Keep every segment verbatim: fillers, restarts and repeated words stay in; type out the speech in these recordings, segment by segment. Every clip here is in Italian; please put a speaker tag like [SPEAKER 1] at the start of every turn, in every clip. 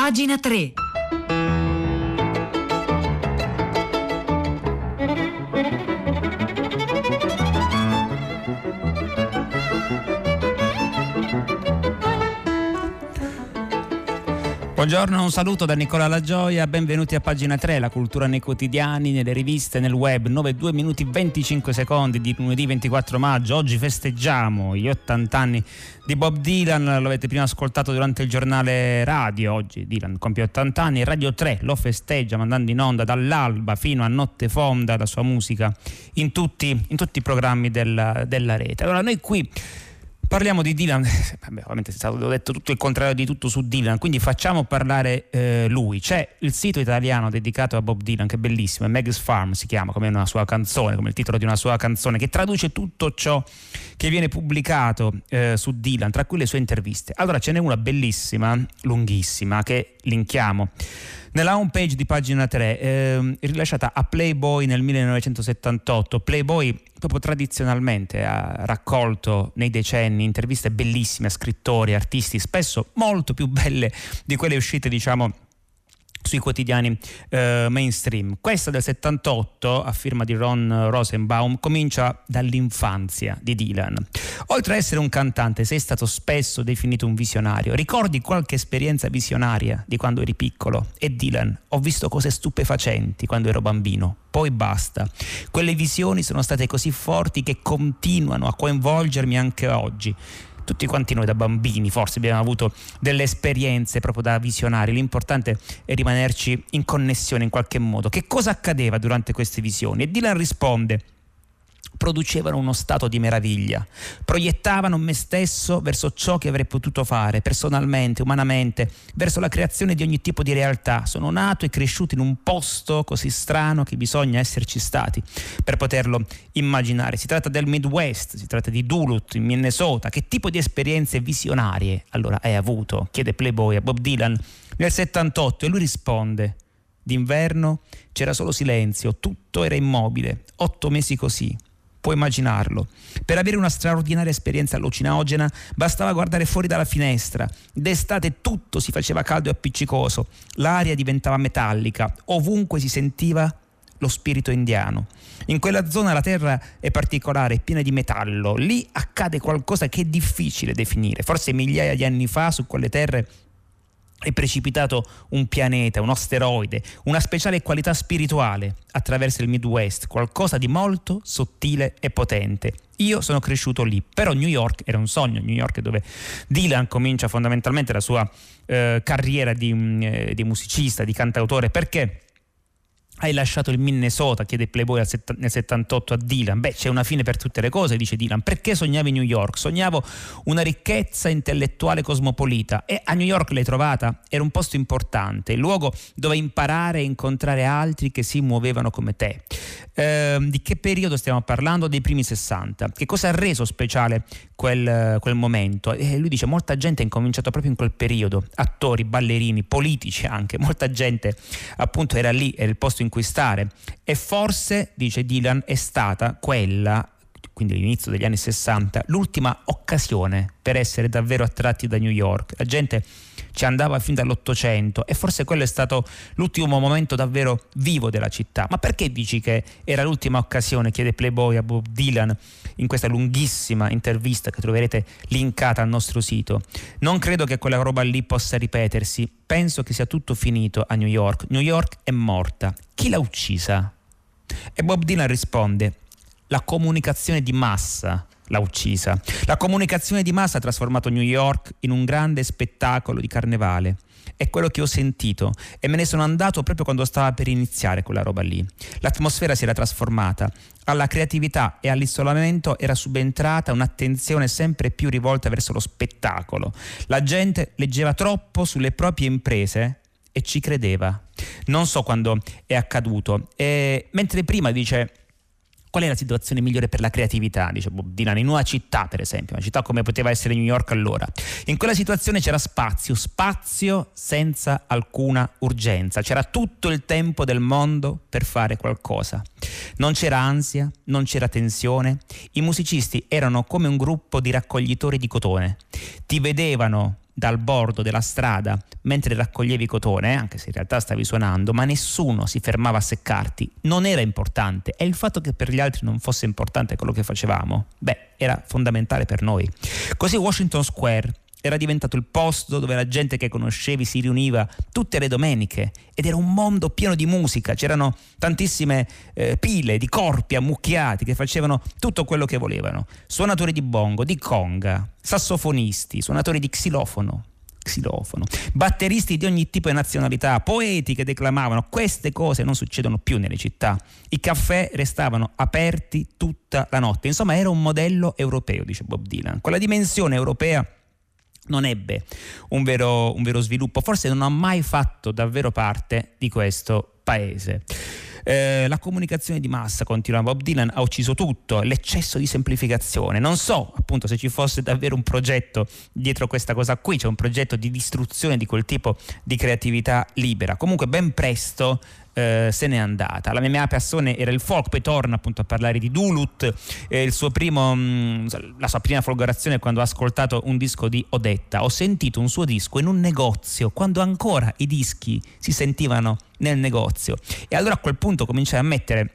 [SPEAKER 1] Pagina tre.
[SPEAKER 2] Buongiorno, un saluto da Nicola Lagioia, benvenuti a Pagina tre, la cultura nei quotidiani, nelle riviste, nel web. Nove, due minuti venticinque secondi di lunedì ventiquattro maggio. Oggi festeggiamo gli ottanta anni di Bob Dylan, lo avete prima ascoltato durante il giornale radio. Oggi Dylan compie ottanta anni e Radio tre lo festeggia mandando in onda dall'alba fino a notte fonda la sua musica in tutti, in tutti i programmi della, della rete. Allora noi qui parliamo di Dylan, vabbè, ovviamente è stato detto tutto il contrario di tutto su Dylan, quindi facciamo parlare eh, lui. C'è il sito italiano dedicato a Bob Dylan, che è bellissimo, è Meg's Farm, si chiama, come una sua canzone, come il titolo di una sua canzone, che traduce tutto ciò che viene pubblicato eh, su Dylan, tra cui le sue interviste. Allora ce n'è una bellissima, lunghissima, che linkiamo nella home page di Pagina tre, eh, rilasciata a Playboy nel millenovecentosettantotto. Playboy proprio tradizionalmente ha raccolto nei decenni interviste bellissime a scrittori, artisti, spesso molto più belle di quelle uscite, diciamo, sui quotidiani eh, mainstream. Questa del settantotto, a firma di Ron Rosenbaum, comincia dall'infanzia di Dylan. Oltre a essere un cantante, sei stato spesso definito un visionario. Ricordi qualche esperienza visionaria di quando eri piccolo? E Dylan: ho visto cose stupefacenti quando ero bambino, poi basta. Quelle visioni sono state così forti che continuano a coinvolgermi anche oggi. Tutti quanti noi da bambini forse abbiamo avuto delle esperienze proprio da visionari. L'importante è rimanerci in connessione in qualche modo. Che cosa accadeva durante queste visioni? E Dylan risponde: producevano uno stato di meraviglia, proiettavano me stesso verso ciò che avrei potuto fare personalmente, umanamente, verso la creazione di ogni tipo di realtà. Sono nato e cresciuto in un posto così strano che bisogna esserci stati per poterlo immaginare. Si tratta del Midwest, si tratta di Duluth in Minnesota. Che tipo di esperienze visionarie allora hai avuto? Chiede Playboy a Bob Dylan nel settantotto, e lui risponde: d'inverno c'era solo silenzio, tutto era immobile, otto mesi così. Puoi immaginarlo. Per avere una straordinaria esperienza allucinogena bastava guardare fuori dalla finestra. D'estate tutto si faceva caldo e appiccicoso, l'aria diventava metallica, ovunque si sentiva lo spirito indiano. In quella zona la terra è particolare, è piena di metallo. Lì accade qualcosa che è difficile definire. Forse migliaia di anni fa su quelle terre è precipitato un pianeta, un asteroide, una speciale qualità spirituale attraverso il Midwest, qualcosa di molto sottile e potente. Io sono cresciuto lì, però New York era un sogno. New York è dove Dylan comincia fondamentalmente la sua eh, carriera di, eh, di musicista, di cantautore. Perché hai lasciato il Minnesota? Chiede Playboy nel settantotto a Dylan. Beh, c'è una fine per tutte le cose, dice Dylan. Perché sognavi New York? Sognavo una ricchezza intellettuale cosmopolita, e a New York l'hai trovata. Era un posto importante, il luogo dove imparare e incontrare altri che si muovevano come te. Eh, di che periodo stiamo parlando? Dei primi sessanta. Che cosa ha reso speciale quel, quel momento? E lui dice: molta gente ha incominciato proprio in quel periodo, attori, ballerini, politici anche, molta gente appunto era lì, era il posto in cui stare. E forse, dice Dylan, è stata quella, quindi l'inizio degli anni sessanta, l'ultima occasione per essere davvero attratti da New York. La gente ci andava fin dall'Ottocento e forse quello è stato l'ultimo momento davvero vivo della città. Ma perché dici che era l'ultima occasione? Chiede Playboy a Bob Dylan in questa lunghissima intervista che troverete linkata al nostro sito. Non credo che quella roba lì possa ripetersi. Penso che sia tutto finito a New York. New York è morta. Chi l'ha uccisa? E Bob Dylan risponde: la comunicazione di massa l'ha uccisa. La comunicazione di massa ha trasformato New York in un grande spettacolo di carnevale. È quello che ho sentito e me ne sono andato proprio quando stava per iniziare quella roba lì. L'atmosfera si era trasformata. Alla creatività e all'isolamento era subentrata un'attenzione sempre più rivolta verso lo spettacolo. La gente leggeva troppo sulle proprie imprese e ci credeva. Non so quando è accaduto. E mentre prima dice: qual è la situazione migliore per la creatività, dice Bob Dylan, in una città, per esempio, una città come poteva essere New York allora. In quella situazione c'era spazio, spazio senza alcuna urgenza, c'era tutto il tempo del mondo per fare qualcosa. Non c'era ansia, non c'era tensione, i musicisti erano come un gruppo di raccoglitori di cotone, ti vedevano dal bordo della strada mentre raccoglievi cotone, anche se in realtà stavi suonando, ma nessuno si fermava a seccarti. Non era importante, e il fatto che per gli altri non fosse importante quello che facevamo, beh, era fondamentale per noi. Così Washington Square era diventato il posto dove la gente che conoscevi si riuniva tutte le domeniche, ed era un mondo pieno di musica. C'erano tantissime eh, pile di corpi ammucchiati che facevano tutto quello che volevano: suonatori di bongo, di conga, sassofonisti, suonatori di xilofono, xilofono, batteristi di ogni tipo e nazionalità, poeti che declamavano. Queste cose non succedono più nelle città. I caffè restavano aperti tutta la notte. Insomma, era un modello europeo, dice Bob Dylan. Quella dimensione europea non ebbe un vero, un vero sviluppo, forse non ha mai fatto davvero parte di questo paese. Eh, la comunicazione di massa, continua Bob Dylan, ha ucciso tutto, l'eccesso di semplificazione. Non so appunto se ci fosse davvero un progetto dietro questa cosa qui, c'è un progetto di distruzione di quel tipo di creatività libera. Comunque ben presto eh, se n'è andata. La mia passione era il folk, poi torna appunto a parlare di Duluth, eh, il suo primo, mh, la sua prima folgorazione quando ha ascoltato un disco di Odetta. Ho sentito un suo disco in un negozio, quando ancora i dischi si sentivano nel negozio, e allora a quel punto cominciai a mettere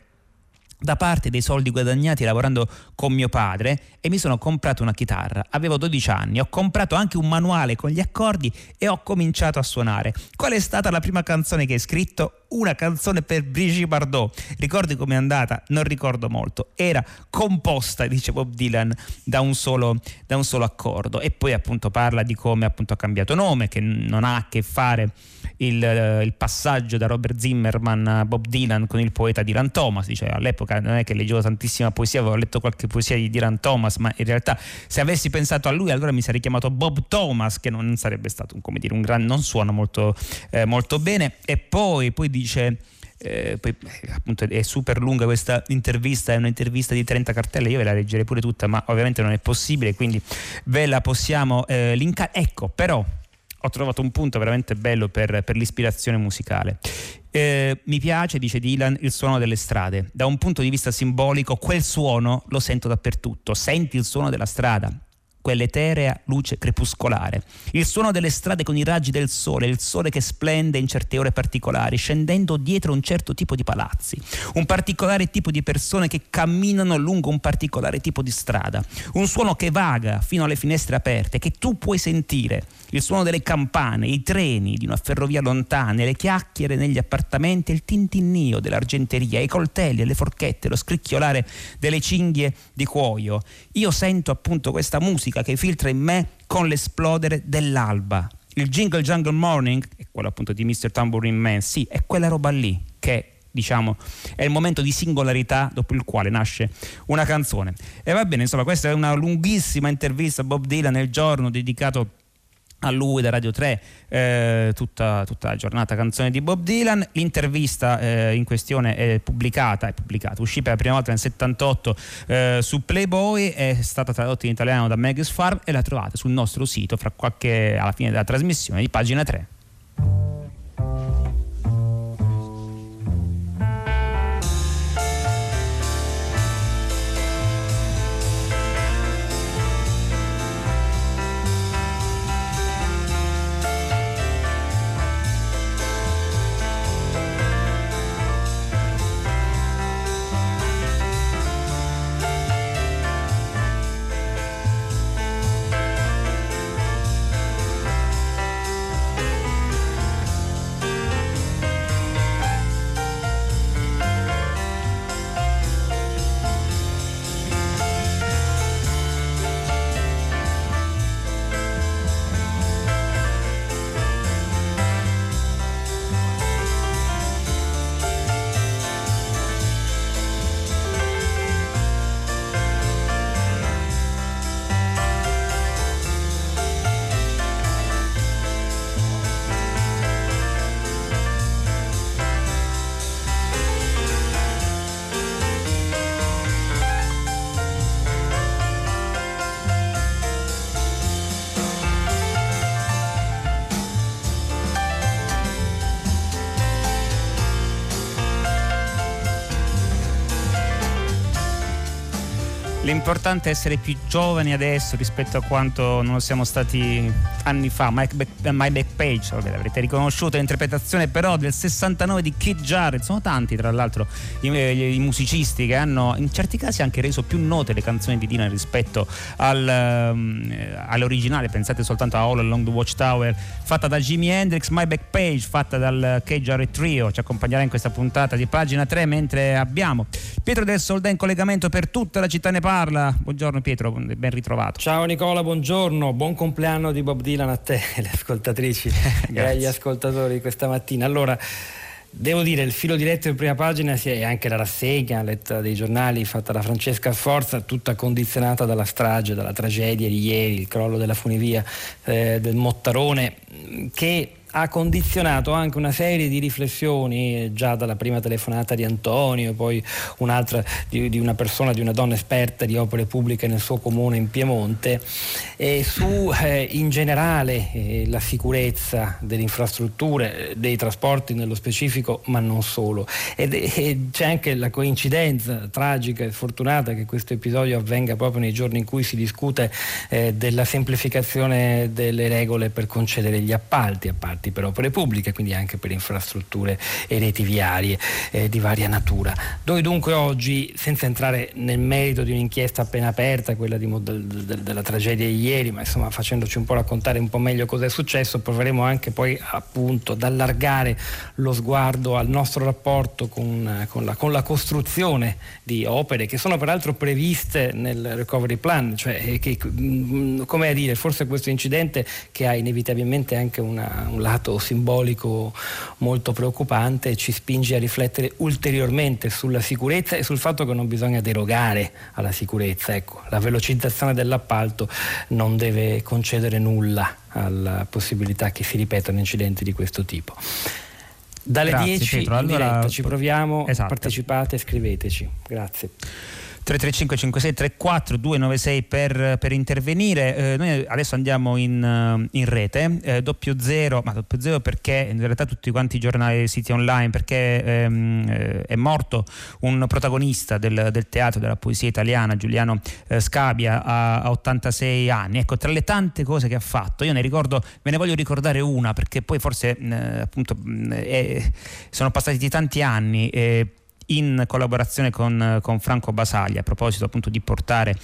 [SPEAKER 2] da parte dei soldi guadagnati lavorando con mio padre e mi sono comprato una chitarra. Avevo dodici anni, ho comprato anche un manuale con gli accordi e ho cominciato a suonare. Qual è stata la prima canzone che hai scritto? Una canzone per Brigitte Bardot. Ricordi com'è andata? Non ricordo molto. Era composta, dice Bob Dylan, da un solo, da un solo accordo. E poi appunto parla di come appunto ha cambiato nome, che non ha a che fare il, il passaggio da Robert Zimmerman a Bob Dylan con il poeta Dylan Thomas. Dice, all'epoca non è che leggevo tantissima poesia, avevo letto qualche poesia di Dylan Thomas, ma in realtà se avessi pensato a lui allora mi sarei chiamato Bob Thomas, che non sarebbe stato un, come dire, un gran, non suona molto, eh, molto bene. E poi, poi dice Eh, poi appunto è super lunga questa intervista, è un'intervista di trenta cartelle, io ve la leggerei pure tutta, ma ovviamente non è possibile, quindi ve la possiamo eh, linkare. Ecco, però ho trovato un punto veramente bello per, per l'ispirazione musicale. Eh, mi piace, dice Dylan, il suono delle strade. Da un punto di vista simbolico, quel suono lo sento dappertutto. Senti il suono della strada, quell'eterea luce crepuscolare, il suono delle strade con i raggi del sole, il sole che splende in certe ore particolari, scendendo dietro un certo tipo di palazzi, un particolare tipo di persone che camminano lungo un particolare tipo di strada, un suono che vaga fino alle finestre aperte, che tu puoi sentire, il suono delle campane, i treni di una ferrovia lontana, le chiacchiere negli appartamenti, il tintinnio dell'argenteria, i coltelli e le forchette, lo scricchiolare delle cinghie di cuoio. Io sento appunto questa musica che filtra in me con l'esplodere dell'alba. Il Jingle Jungle Morning è quello appunto di mister Tambourine Man, sì, è quella roba lì che, diciamo, è il momento di singolarità dopo il quale nasce una canzone. E va bene, insomma, questa è una lunghissima intervista a Bob Dylan nel giorno dedicato a lui da Radio tre, eh, tutta, tutta la giornata canzone di Bob Dylan. L'intervista eh, in questione è pubblicata, è pubblicata, uscì per la prima volta nel settantotto eh, su Playboy, è stata tradotta in italiano da Megas Farm e la trovate sul nostro sito fra qualche, alla fine della trasmissione di Pagina tre. L'importante è essere più giovani adesso rispetto a quanto non lo siamo stati anni fa. Mike Back, My Backpage, vabbè, l'avrete riconosciuto, l'interpretazione però del sessantanove di Keith Jarrett. Sono tanti tra l'altro i, i musicisti che hanno in certi casi anche reso più note le canzoni di Dylan rispetto al, um, all'originale. Pensate soltanto a All Along the Watchtower fatta da Jimi Hendrix, My Backpage fatta dal Keith Jarrett Trio ci accompagnerà in questa puntata di Pagina tre, mentre abbiamo Pietro del Soldà in collegamento per tutta la città ne parla. Buongiorno Pietro, ben ritrovato.
[SPEAKER 1] Ciao Nicola, buongiorno, buon compleanno di Bob Dylan a te, le ascoltatrici e agli ascoltatori questa mattina. Allora, devo dire, il filo diretto in prima pagina e anche la rassegna letta dei giornali fatta da Francesca Sforza, tutta condizionata dalla strage, dalla tragedia di ieri, il crollo della funivia eh, del Mottarone, che ha condizionato anche una serie di riflessioni già dalla prima telefonata di Antonio, poi un'altra di, di una persona, di una donna esperta di opere pubbliche nel suo comune in Piemonte, e su eh, in generale eh, la sicurezza delle infrastrutture, dei trasporti nello specifico, ma non solo. Ed, e c'è anche la coincidenza tragica e sfortunata che questo episodio avvenga proprio nei giorni in cui si discute eh, della semplificazione delle regole per concedere gli appalti, appalti per opere pubbliche, quindi anche per infrastrutture e reti viarie eh, di varia natura. Noi dunque oggi, senza entrare nel merito di un'inchiesta appena aperta, quella di, del, del, della tragedia di ieri, ma insomma facendoci un po' raccontare un po' meglio cosa è successo, proveremo anche poi appunto ad allargare lo sguardo al nostro rapporto con, con, la, con la costruzione di opere che sono peraltro previste nel recovery plan, cioè che, come a dire, forse questo incidente, che ha inevitabilmente anche una, un lato simbolico molto preoccupante, ci spinge a riflettere ulteriormente sulla sicurezza e sul fatto che non bisogna derogare alla sicurezza. Ecco, la velocizzazione dell'appalto non deve concedere nulla alla possibilità che si ripetano incidenti di questo tipo. Dalle
[SPEAKER 2] Grazie,
[SPEAKER 1] dieci
[SPEAKER 2] Pietro.
[SPEAKER 1] in
[SPEAKER 2] Allora,
[SPEAKER 1] diretta ci proviamo,
[SPEAKER 2] esatto.
[SPEAKER 1] Partecipate, scriveteci. Grazie.
[SPEAKER 2] tre tre cinque cinque sei tre quattro due nove sei per, per intervenire. Eh, noi adesso andiamo in, in rete, eh, doppio zero, ma doppio zero perché in realtà tutti quanti i giornali e siti online, perché ehm, eh, è morto un protagonista del, del teatro, della poesia italiana, Giuliano eh, Scabia, a, a ottantasei anni. Ecco, tra le tante cose che ha fatto, io ne ricordo, me ne voglio ricordare una, perché poi forse eh, appunto eh, sono passati tanti anni. Eh, in collaborazione con, con Franco Basaglia, a proposito appunto di portare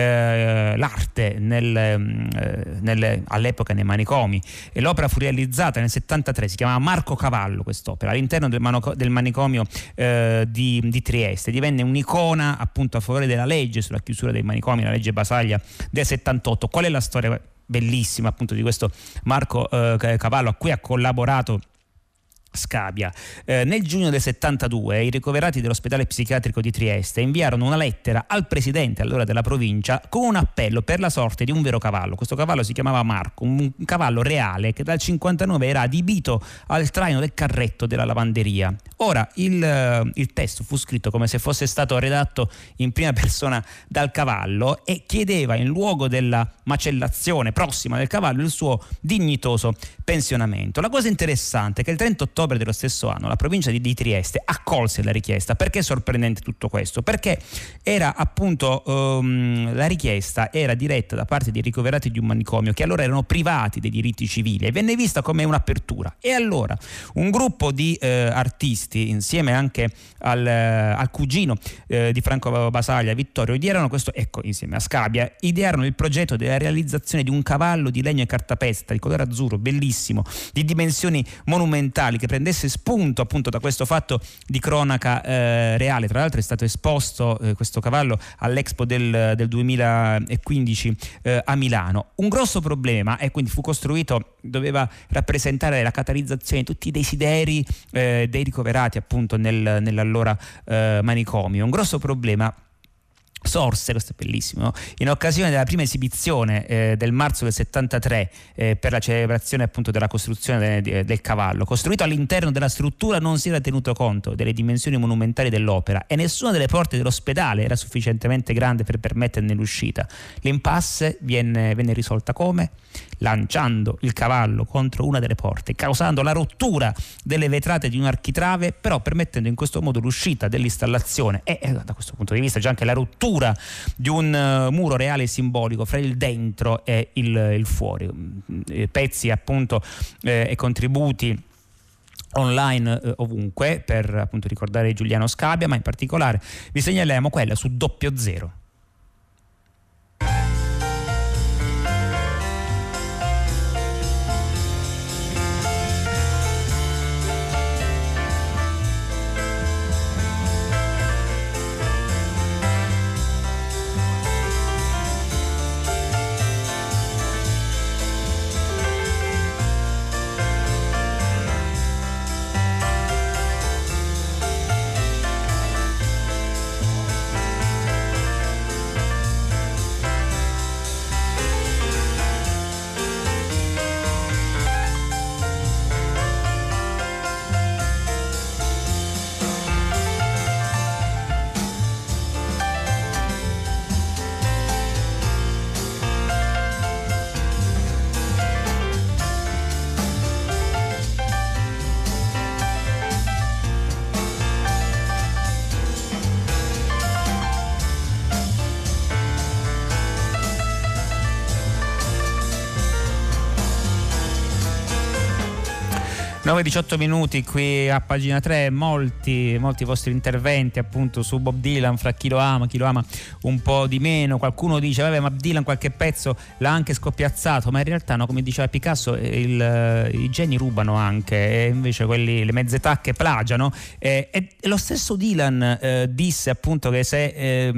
[SPEAKER 2] eh, l'arte nel, eh, nel, all'epoca nei manicomi, e l'opera fu realizzata nel settantatré, si chiamava Marco Cavallo quest'opera, all'interno del, manoco, del manicomio eh, di, di Trieste. Divenne un'icona appunto a favore della legge sulla chiusura dei manicomi, la legge Basaglia del settantotto. Qual è la storia bellissima appunto di questo Marco eh, Cavallo, a cui ha collaborato Scabia? Eh, nel giugno del settantadue i ricoverati dell'ospedale psichiatrico di Trieste inviarono una lettera al presidente allora della provincia con un appello per la sorte di un vero cavallo. Questo cavallo si chiamava Marco, un cavallo reale che dal cinquantanove era adibito al traino del carretto della lavanderia. Ora il, il testo fu scritto come se fosse stato redatto in prima persona dal cavallo e chiedeva, in luogo della macellazione prossima del cavallo, il suo dignitoso pensionamento. La cosa interessante è che il trenta ottobre dello stesso anno la provincia di, di Trieste accolse la richiesta. Perché è sorprendente tutto questo? Perché era appunto um, la richiesta era diretta da parte dei ricoverati di un manicomio che allora erano privati dei diritti civili e venne vista come un'apertura. E allora un gruppo di eh, artisti, insieme anche al, al cugino eh, di Franco Basaglia, Vittorio, idearono questo, ecco, insieme a Scabia, idearono il progetto della realizzazione di un cavallo di legno e cartapesta di colore azzurro, bellissimo, di dimensioni monumentali, che prendesse spunto appunto da questo fatto di cronaca eh, reale. Tra l'altro è stato esposto eh, questo cavallo all'Expo del, del duemilaquindici eh, a Milano. Un grosso problema, e quindi fu costruito, doveva rappresentare la catalizzazione di tutti i desideri eh, dei ricoverati appunto nel, nell'allora eh, manicomio. Un grosso problema sorse, questo è bellissimo, no? In occasione della prima esibizione eh, del marzo del settantatré eh, per la celebrazione appunto della costruzione de, de, del cavallo. Costruito all'interno della struttura non si era tenuto conto delle dimensioni monumentali dell'opera e nessuna delle porte dell'ospedale era sufficientemente grande per permetterne l'uscita. L'impasse venne, venne risolta come? lanciando il cavallo contro una delle porte, causando la rottura delle vetrate di un architrave, però permettendo in questo modo l'uscita dell'installazione e eh, da questo punto di vista già anche la rottura di un uh, muro reale e simbolico fra il dentro e il, il fuori. Eh, pezzi appunto eh, e contributi online eh, ovunque per appunto ricordare Giuliano Scabbia, ma in particolare vi segnaliamo quella su Doppio Zero. nove e diciotto minuti qui a Pagina tre, molti, molti vostri interventi appunto su Bob Dylan, fra chi lo ama, chi lo ama un po' di meno. Qualcuno dice vabbè, ma Dylan qualche pezzo l'ha anche scoppiazzato, ma in realtà no, come diceva Picasso, il, i geni rubano anche e invece quelli, le mezze tacche plagiano. E, e lo stesso Dylan eh, disse appunto che se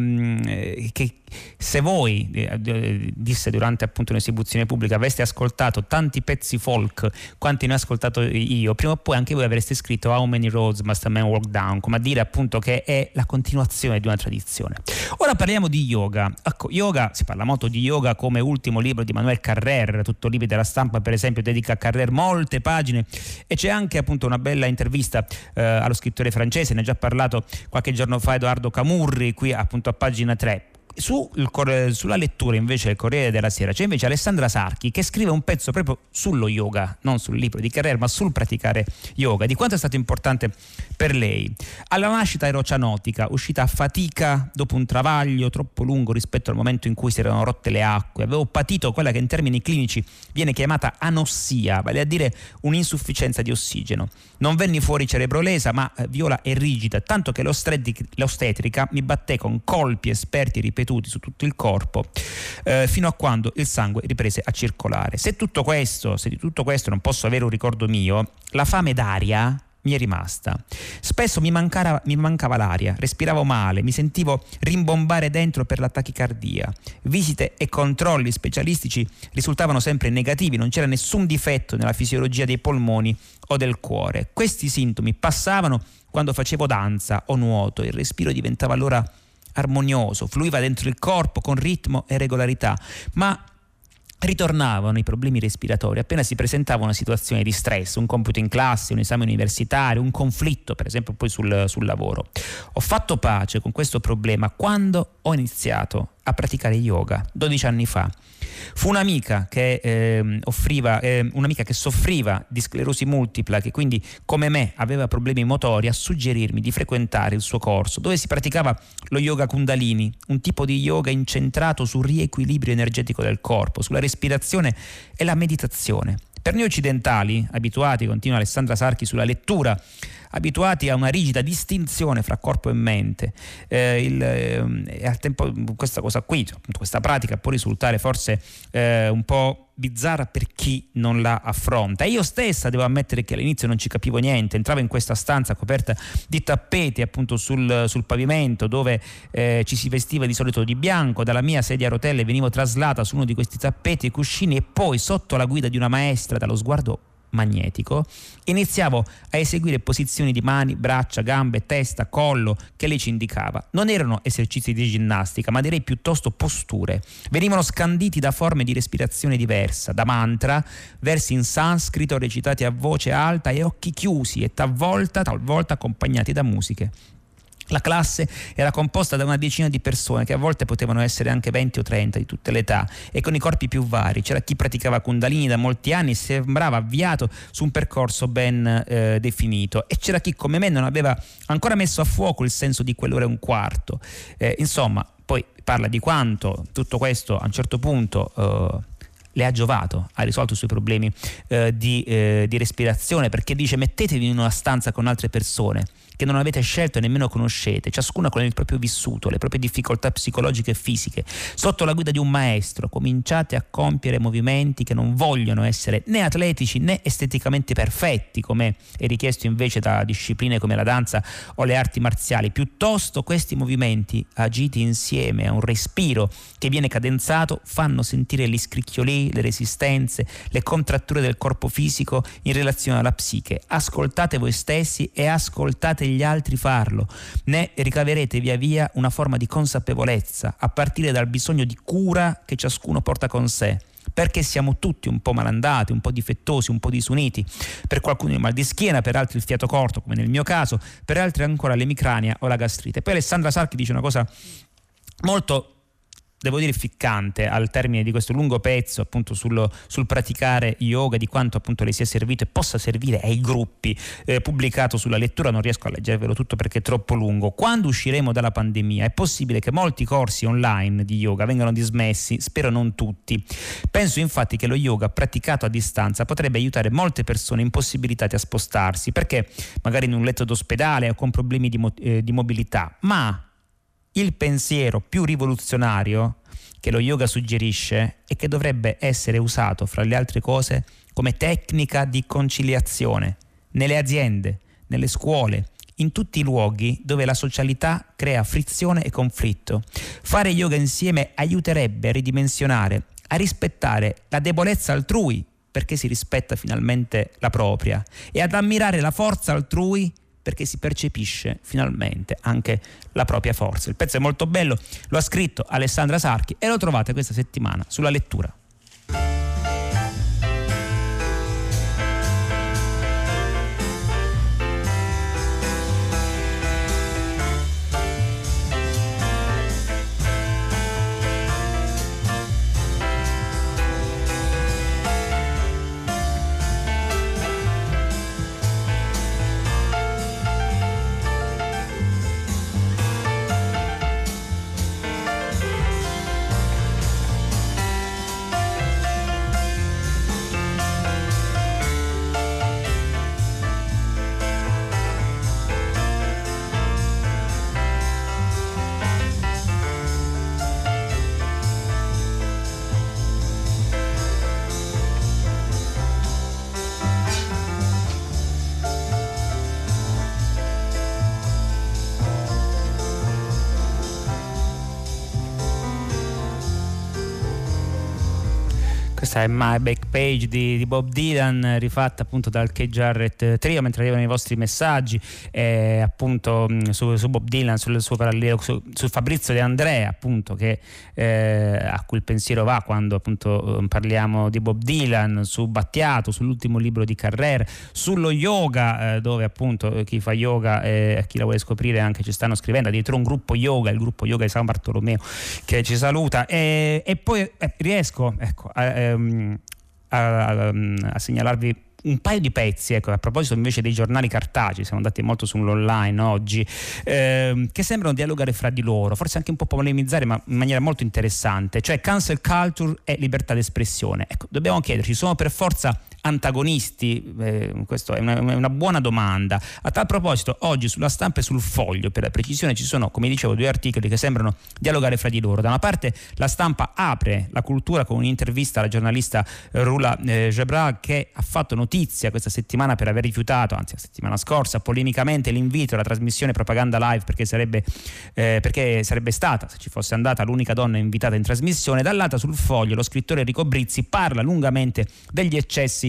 [SPEAKER 2] ehm, che se voi, eh, disse durante appunto un'esibizione pubblica, aveste ascoltato tanti pezzi folk quanti ne ho ascoltato io, prima o poi anche voi avreste scritto How Many Roads Must a Man Walk Down, come a dire appunto che è la continuazione di una tradizione. Ora parliamo di yoga. Ecco, yoga, si parla molto di yoga come ultimo libro di Manuel Carrer, tutto libri della Stampa per esempio dedica a Carrer molte pagine, e c'è anche appunto una bella intervista eh, allo scrittore francese, ne ha già parlato qualche giorno fa Edoardo Camurri qui appunto a Pagina tre. Su il, sulla lettura invece del Corriere della Sera c'è invece Alessandra Sarchi che scrive un pezzo proprio sullo yoga, non sul libro di Carrer ma sul praticare yoga, di quanto è stato importante per lei. Alla nascita ero cianotica, uscita a fatica dopo un travaglio troppo lungo rispetto al momento in cui si erano rotte le acque, avevo patito quella che in termini clinici viene chiamata anossia, vale a dire un'insufficienza di ossigeno. Non venni fuori cerebrolesa ma viola e rigida, tanto che l'ostetrica mi batté con colpi esperti ripetuti su tutto il corpo eh, fino a quando il sangue riprese a circolare. Se tutto questo, se di tutto questo non posso avere un ricordo mio, la fame d'aria mi è rimasta. Spesso mi, mancava, mi mancava l'aria, respiravo male, mi sentivo rimbombare dentro per la tachicardia. Visite e controlli specialistici risultavano sempre negativi, non c'era nessun difetto nella fisiologia dei polmoni o del cuore. Questi sintomi passavano quando facevo danza o nuoto, il respiro diventava allora armonioso, fluiva dentro il corpo con ritmo e regolarità, ma ritornavano i problemi respiratori appena si presentava una situazione di stress, un compito in classe, un esame universitario, un conflitto per esempio poi sul, sul lavoro. Ho fatto pace con questo problema quando ho iniziato a praticare yoga dodici anni fa. Fu un'amica che eh, offriva eh, un'amica che soffriva di sclerosi multipla, che quindi come me aveva problemi motori, a suggerirmi di frequentare il suo corso dove si praticava lo yoga Kundalini, un tipo di yoga incentrato sul riequilibrio energetico del corpo, sulla respirazione e la meditazione. Per noi occidentali, abituati, continua Alessandra Sarchi, sulla lettura, abituati a una rigida distinzione fra corpo e mente, eh, il, eh, al tempo questa cosa qui, appunto, questa pratica può risultare forse eh, un po' bizzarra per chi non la affronta. E io stessa devo ammettere che all'inizio non ci capivo niente, entravo in questa stanza coperta di tappeti appunto sul, sul pavimento dove eh, ci si vestiva di solito di bianco, dalla mia sedia a rotelle venivo traslata su uno di questi tappeti e cuscini e poi sotto la guida di una maestra dallo sguardo magnetico iniziavo a eseguire posizioni di mani, braccia, gambe, testa, collo che lei ci indicava. Non erano esercizi di ginnastica ma direi piuttosto posture. Venivano scanditi da forme di respirazione diversa, da mantra, versi in sanscrito recitati a voce alta e occhi chiusi e talvolta, talvolta accompagnati da musiche La classe era composta da una decina di persone che a volte potevano essere anche venti o trenta di tutte le età e con i corpi più vari. C'era chi praticava Kundalini da molti anni e sembrava avviato su un percorso ben eh, definito, e c'era chi come me non aveva ancora messo a fuoco il senso di quell'ora e un quarto. Eh, insomma, poi parla di quanto tutto questo a un certo punto eh, le ha giovato, ha risolto i suoi problemi eh, di, eh, di respirazione, perché dice: mettetevi in una stanza con altre persone che non avete scelto e nemmeno conoscete, ciascuna con il proprio vissuto, le proprie difficoltà psicologiche e fisiche. Sotto la guida di un maestro cominciate a compiere movimenti che non vogliono essere né atletici né esteticamente perfetti, come è richiesto invece da discipline come la danza o le arti marziali. Piuttosto questi movimenti, agiti insieme a un respiro che viene cadenzato, fanno sentire gli scricchioli, le resistenze, le contratture del corpo fisico in relazione alla psiche. Ascoltate voi stessi e ascoltate gli altri farlo, ne ricaverete via via una forma di consapevolezza a partire dal bisogno di cura che ciascuno porta con sé, perché siamo tutti un po' malandati, un po' difettosi, un po' disuniti, per qualcuno il mal di schiena, per altri il fiato corto come nel mio caso, per altri ancora l'emicrania o la gastrite. Poi Alessandra Sarchi dice una cosa molto, devo dire, ficcante al termine di questo lungo pezzo appunto sul, sul praticare yoga, di quanto appunto le sia servito e possa servire ai gruppi, eh, pubblicato sulla Lettura. Non riesco a leggervelo tutto perché è troppo lungo. Quando usciremo dalla pandemia è possibile che molti corsi online di yoga vengano dismessi, spero non tutti. Penso infatti che lo yoga praticato a distanza potrebbe aiutare molte persone impossibilitate a spostarsi, perché magari in un letto d'ospedale o con problemi di, mo- eh, di mobilità, ma il pensiero più rivoluzionario che lo yoga suggerisce è che dovrebbe essere usato, fra le altre cose, come tecnica di conciliazione nelle aziende, nelle scuole, in tutti i luoghi dove la socialità crea frizione e conflitto. Fare yoga insieme aiuterebbe a ridimensionare, a rispettare la debolezza altrui, perché si rispetta finalmente la propria, e ad ammirare la forza altrui, perché si percepisce finalmente anche la propria forza. Il pezzo è molto bello, lo ha scritto Alessandra Sarchi e lo trovate questa settimana sulla Lettura. Questa è My Back Page di, di Bob Dylan, rifatta appunto dal Keith Jarrett Trio, mentre arrivano i vostri messaggi eh, appunto su, su Bob Dylan, sul suo parallelo su, su Fabrizio De André, appunto, che eh, a cui il pensiero va quando appunto parliamo di Bob Dylan, su Battiato, sull'ultimo libro di Carrère, sullo yoga, eh, dove appunto chi fa yoga e eh, chi la vuole scoprire anche ci stanno scrivendo, addirittura un gruppo yoga, il gruppo yoga di San Bartolomeo, che ci saluta, e, e poi eh, riesco ecco a, A, a, a segnalarvi un paio di pezzi, ecco, a proposito invece dei giornali cartacei, siamo andati molto sull'online oggi, eh, che sembrano dialogare fra di loro, forse anche un po' polemizzare, ma in maniera molto interessante, cioè cancel culture e libertà d'espressione. Ecco, dobbiamo chiederci, sono per forza antagonisti? Eh, questa è una, una buona domanda. A tal proposito, oggi sulla Stampa e sul Foglio, per la precisione, ci sono, come dicevo, due articoli che sembrano dialogare fra di loro. Da una parte la Stampa apre la cultura con un'intervista alla giornalista Rula eh, Jebra, che ha fatto notizia questa settimana per aver rifiutato, anzi la settimana scorsa, polemicamente l'invito alla trasmissione Propaganda Live, perché sarebbe, eh, perché sarebbe stata, se ci fosse andata, l'unica donna invitata in trasmissione. Dall'altra, sul Foglio, lo scrittore Enrico Brizzi parla lungamente degli eccessi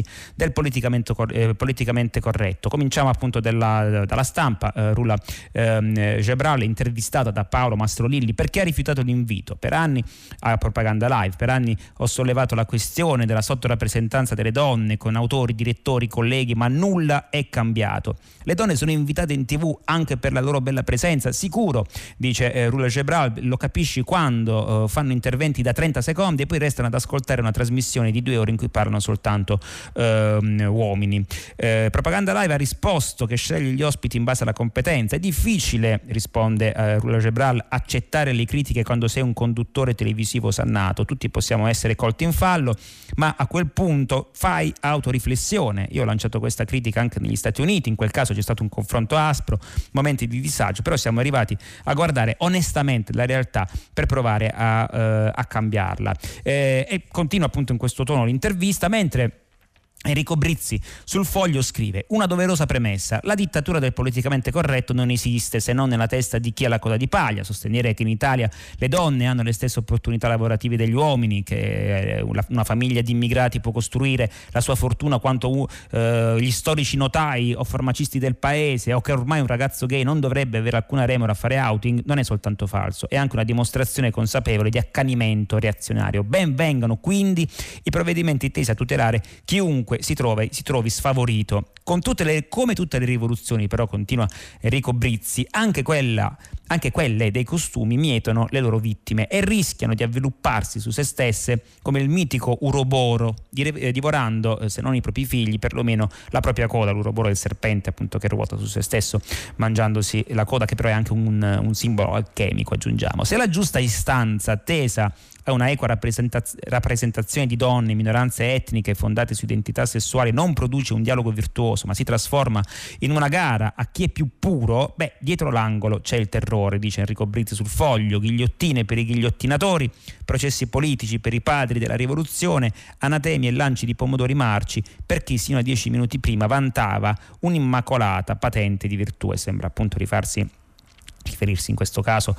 [SPEAKER 2] del politicamente, eh, politicamente corretto. Cominciamo appunto della, dalla Stampa. eh, Rula eh, Gebral, intervistata da Paolo Mastrolilli, perché ha rifiutato l'invito. Per anni a Propaganda Live, per anni ho sollevato la questione della sottorappresentanza delle donne con autori, direttori, colleghi, ma nulla è cambiato. Le donne sono invitate in tv anche per la loro bella presenza, sicuro, dice eh, Rula Gebral, lo capisci quando eh, fanno interventi da trenta secondi e poi restano ad ascoltare una trasmissione di due ore in cui parlano soltanto eh, uomini. Eh, Propaganda Live ha risposto che sceglie gli ospiti in base alla competenza. È difficile, risponde eh, Rula Gebral, accettare le critiche quando sei un conduttore televisivo sannato. Tutti possiamo essere colti in fallo, ma a quel punto fai autoriflessione. Io ho lanciato questa critica anche negli Stati Uniti, in quel caso c'è stato un confronto aspro, momenti di disagio, però siamo arrivati a guardare onestamente la realtà per provare a, eh, a cambiarla. Eh, e continua appunto in questo tono l'intervista, mentre Enrico Brizzi sul Foglio scrive: una doverosa premessa: la dittatura del politicamente corretto non esiste se non nella testa di chi ha la coda di paglia. Sostenere che in Italia le donne hanno le stesse opportunità lavorative degli uomini, che una famiglia di immigrati può costruire la sua fortuna quanto eh, gli storici notai o farmacisti del paese, o che ormai un ragazzo gay non dovrebbe avere alcuna remora a fare outing, non è soltanto falso, è anche una dimostrazione consapevole di accanimento reazionario. Ben vengano quindi i provvedimenti tesi a tutelare chiunque si trovi, si trovi sfavorito. Con tutte le, come tutte le rivoluzioni, però, continua Enrico Brizzi, anche quella anche quelle dei costumi mietono le loro vittime e rischiano di avvilupparsi su se stesse come il mitico uroboro, divorando, se non i propri figli, perlomeno la propria coda. L'uroboro è il serpente appunto che ruota su se stesso, mangiandosi la coda, che però è anche un, un simbolo alchemico, aggiungiamo. Se la giusta istanza tesa a una equa rappresentaz- rappresentazione di donne, minoranze etniche fondate su identità sessuali non produce un dialogo virtuoso, ma si trasforma in una gara a chi è più puro, beh, dietro l'angolo c'è il terrore, dice Enrico Brizzi sul Foglio. Ghigliottine per i ghigliottinatori, processi politici per i padri della rivoluzione, anatemi e lanci di pomodori marci per chi sino a dieci minuti prima vantava un'immacolata patente di virtù. E sembra appunto rifarsi riferirsi in questo caso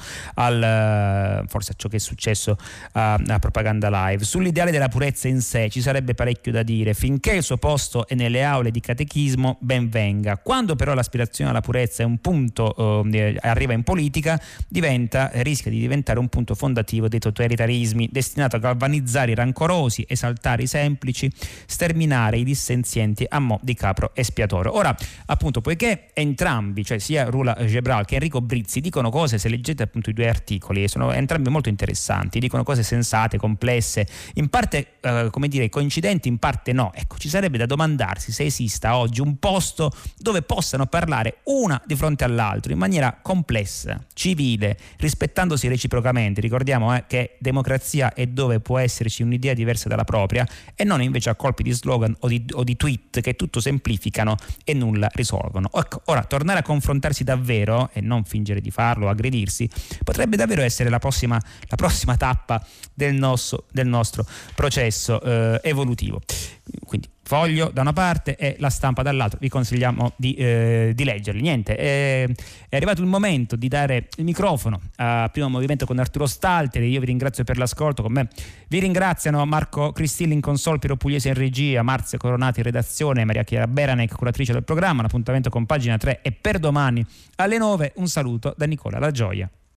[SPEAKER 2] al, forse a ciò che è successo a, a Propaganda Live. Sull'ideale della purezza in sé ci sarebbe parecchio da dire. Finché il suo posto è nelle aule di catechismo, ben venga. Quando però l'aspirazione alla purezza è un punto, eh, arriva in politica, diventa, rischia di diventare un punto fondativo dei totalitarismi, destinato a galvanizzare i rancorosi, esaltare i semplici, sterminare i dissenzienti a mo' di capro espiatorio. Ora, appunto, poiché entrambi, cioè sia Rula Gebral che Enrico Brizzi, dicono cose, se leggete appunto i due articoli, sono entrambi molto interessanti, dicono cose sensate, complesse, in parte eh, come dire coincidenti, in parte no. Ecco, ci sarebbe da domandarsi se esista oggi un posto dove possano parlare una di fronte all'altro in maniera complessa, civile, rispettandosi reciprocamente. Ricordiamo eh, che democrazia è dove può esserci un'idea diversa dalla propria e non invece a colpi di slogan o di, o di tweet che tutto semplificano e nulla risolvono. Ecco, ora tornare a confrontarsi davvero e non fingere di farlo, aggredirsi, potrebbe davvero essere la prossima, la prossima tappa del nostro, del nostro processo eh, evolutivo. Quindi Foglio da una parte e La Stampa dall'altra, vi consigliamo di, eh, di leggerli. Niente, è, è arrivato il momento di dare il microfono a Primo Movimento con Arturo Stalteri. Io vi ringrazio per l'ascolto, con me vi ringraziano Marco Cristilli in console, Piero Pugliese in regia, Marzia Coronati in redazione, Maria Chiara Beranec, curatrice del programma. Un appuntamento con Pagina tre e per domani alle nove. Un saluto da Nicola La Gioia.